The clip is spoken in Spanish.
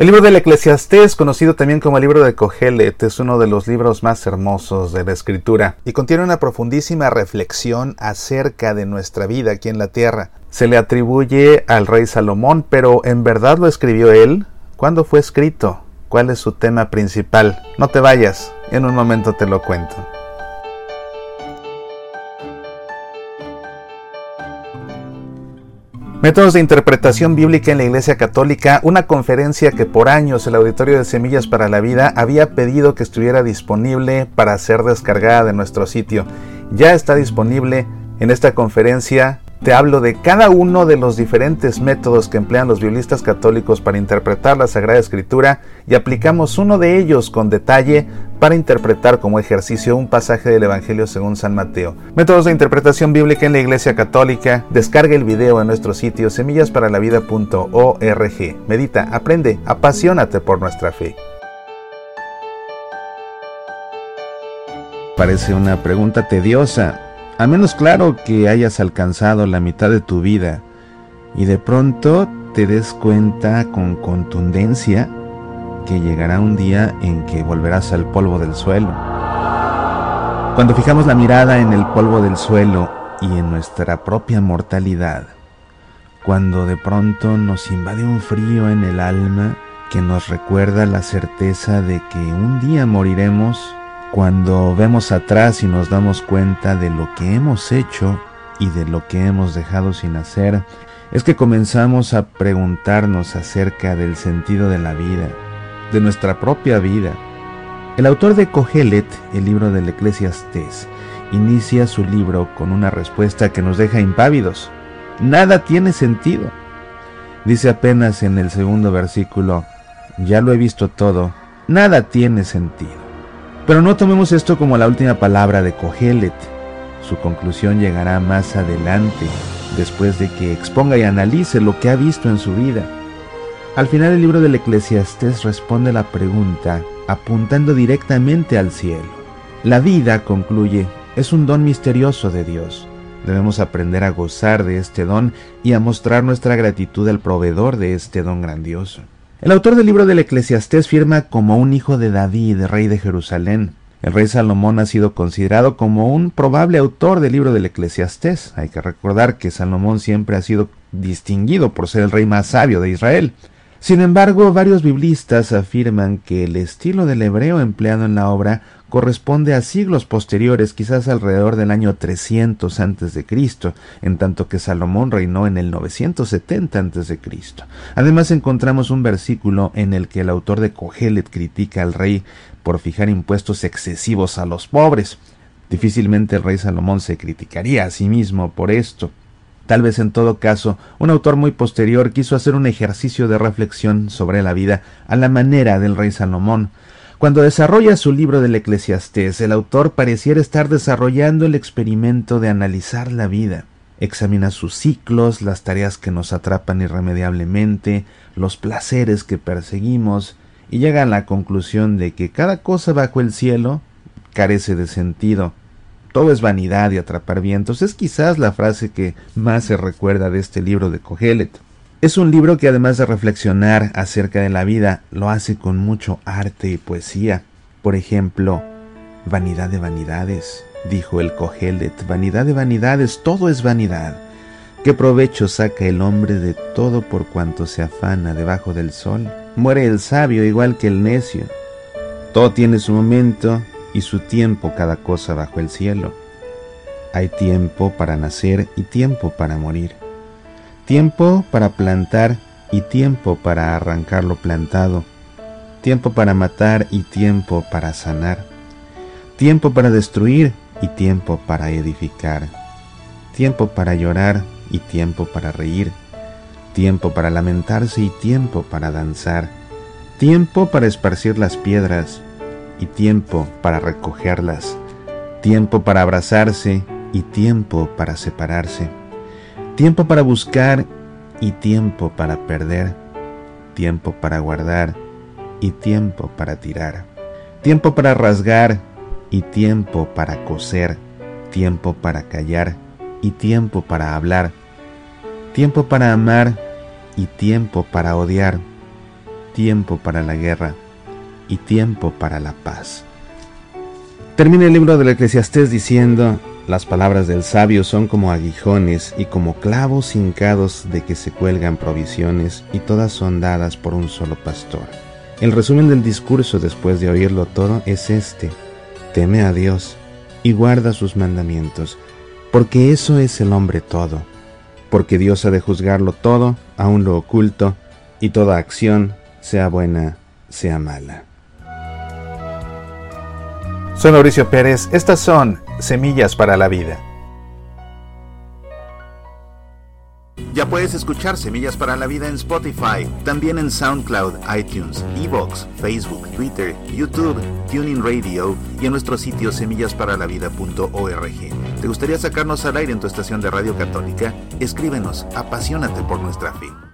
El libro del Eclesiastés, conocido también como el libro de Cogelet, es uno de los libros más hermosos de la Escritura y contiene una profundísima reflexión acerca de nuestra vida aquí en la tierra. Se le atribuye al rey Salomón, pero ¿en verdad lo escribió él? ¿Cuándo fue escrito? ¿Cuál es su tema principal? No te vayas, en un momento te lo cuento. Métodos de interpretación bíblica en la Iglesia Católica, una conferencia que por años el Auditorio de Semillas para la Vida había pedido que estuviera disponible para ser descargada de nuestro sitio. Ya está disponible. En esta conferencia te hablo de cada uno de los diferentes métodos que emplean los biblistas católicos para interpretar la Sagrada Escritura y aplicamos uno de ellos con detalle para interpretar como ejercicio un pasaje del Evangelio según San Mateo. Métodos de interpretación bíblica en la Iglesia Católica. Descarga el video en nuestro sitio semillasparalavida.org. Medita, aprende, apasionate por nuestra fe. Parece una pregunta tediosa, a menos claro que hayas alcanzado la mitad de tu vida y de pronto te des cuenta con contundencia que llegará un día en que volverás al polvo del suelo. Cuando fijamos la mirada en el polvo del suelo y en nuestra propia mortalidad, cuando de pronto nos invade un frío en el alma que nos recuerda la certeza de que un día moriremos, cuando vemos atrás y nos damos cuenta de lo que hemos hecho y de lo que hemos dejado sin hacer, es que comenzamos a preguntarnos acerca del sentido de la vida, de nuestra propia vida. El autor de Cogelet, el libro del Eclesiastés, inicia su libro con una respuesta que nos deja impávidos. Nada tiene sentido. Dice apenas en el segundo versículo, ya lo he visto todo, nada tiene sentido. Pero no tomemos esto como la última palabra de Cogelet. Su conclusión llegará más adelante, después de que exponga y analice lo que ha visto en su vida. Al final el libro del Eclesiastés responde la pregunta, apuntando directamente al cielo. La vida, concluye, es un don misterioso de Dios. Debemos aprender a gozar de este don y a mostrar nuestra gratitud al proveedor de este don grandioso. El autor del libro del Eclesiastés firma como un hijo de David, rey de Jerusalén. El rey Salomón ha sido considerado como un probable autor del libro del Eclesiastés. Hay que recordar que Salomón siempre ha sido distinguido por ser el rey más sabio de Israel. Sin embargo, varios biblistas afirman que el estilo del hebreo empleado en la obra corresponde a siglos posteriores, quizás alrededor del año 300 a.C., en tanto que Salomón reinó en el 970 a.C. Además encontramos un versículo en el que el autor de Cogelet critica al rey por fijar impuestos excesivos a los pobres. Difícilmente el rey Salomón se criticaría a sí mismo por esto. Tal vez en todo caso, un autor muy posterior quiso hacer un ejercicio de reflexión sobre la vida a la manera del rey Salomón. Cuando desarrolla su libro del Eclesiastés, el autor pareciera estar desarrollando el experimento de analizar la vida. Examina sus ciclos, las tareas que nos atrapan irremediablemente, los placeres que perseguimos, y llega a la conclusión de que cada cosa bajo el cielo carece de sentido. Todo es vanidad y atrapar vientos. Es quizás la frase que más se recuerda de este libro de Cogelet. Es un libro que además de reflexionar acerca de la vida, lo hace con mucho arte y poesía. Por ejemplo, vanidad de vanidades, dijo el Cogelet, vanidad de vanidades, todo es vanidad. ¿Qué provecho saca el hombre de todo por cuanto se afana debajo del sol? Muere el sabio igual que el necio. Todo tiene su momento y su tiempo cada cosa bajo el cielo. Hay tiempo para nacer y tiempo para morir. Tiempo para plantar y tiempo para arrancar lo plantado. Tiempo para matar y tiempo para sanar. Tiempo para destruir y tiempo para edificar. Tiempo para llorar y tiempo para reír. Tiempo para lamentarse y tiempo para danzar. Tiempo para esparcir las piedras y tiempo para recogerlas. Tiempo para abrazarse y tiempo para separarse. Tiempo para buscar y tiempo para perder. Tiempo para guardar y tiempo para tirar. Tiempo para rasgar y tiempo para coser. Tiempo para callar y tiempo para hablar. Tiempo para amar y tiempo para odiar. tiempo para la guerra y tiempo para la paz. Termina el libro del Eclesiastés diciendo: las palabras del sabio son como aguijones y como clavos hincados de que se cuelgan provisiones, y todas son dadas por un solo pastor. El resumen del discurso después de oírlo todo es este: teme a Dios y guarda sus mandamientos, porque eso es el hombre todo. Porque Dios ha de juzgarlo todo, aun lo oculto, y toda acción, sea buena, sea mala. Soy Mauricio Pérez, estas son Semillas para la Vida. Ya puedes escuchar Semillas para la Vida en Spotify, también en SoundCloud, iTunes, iVoox, Facebook, Twitter, YouTube, TuneIn Radio y en nuestro sitio semillasparalavida.org. ¿Te gustaría sacarnos al aire en tu estación de radio católica? Escríbenos, apasionate por nuestra fe.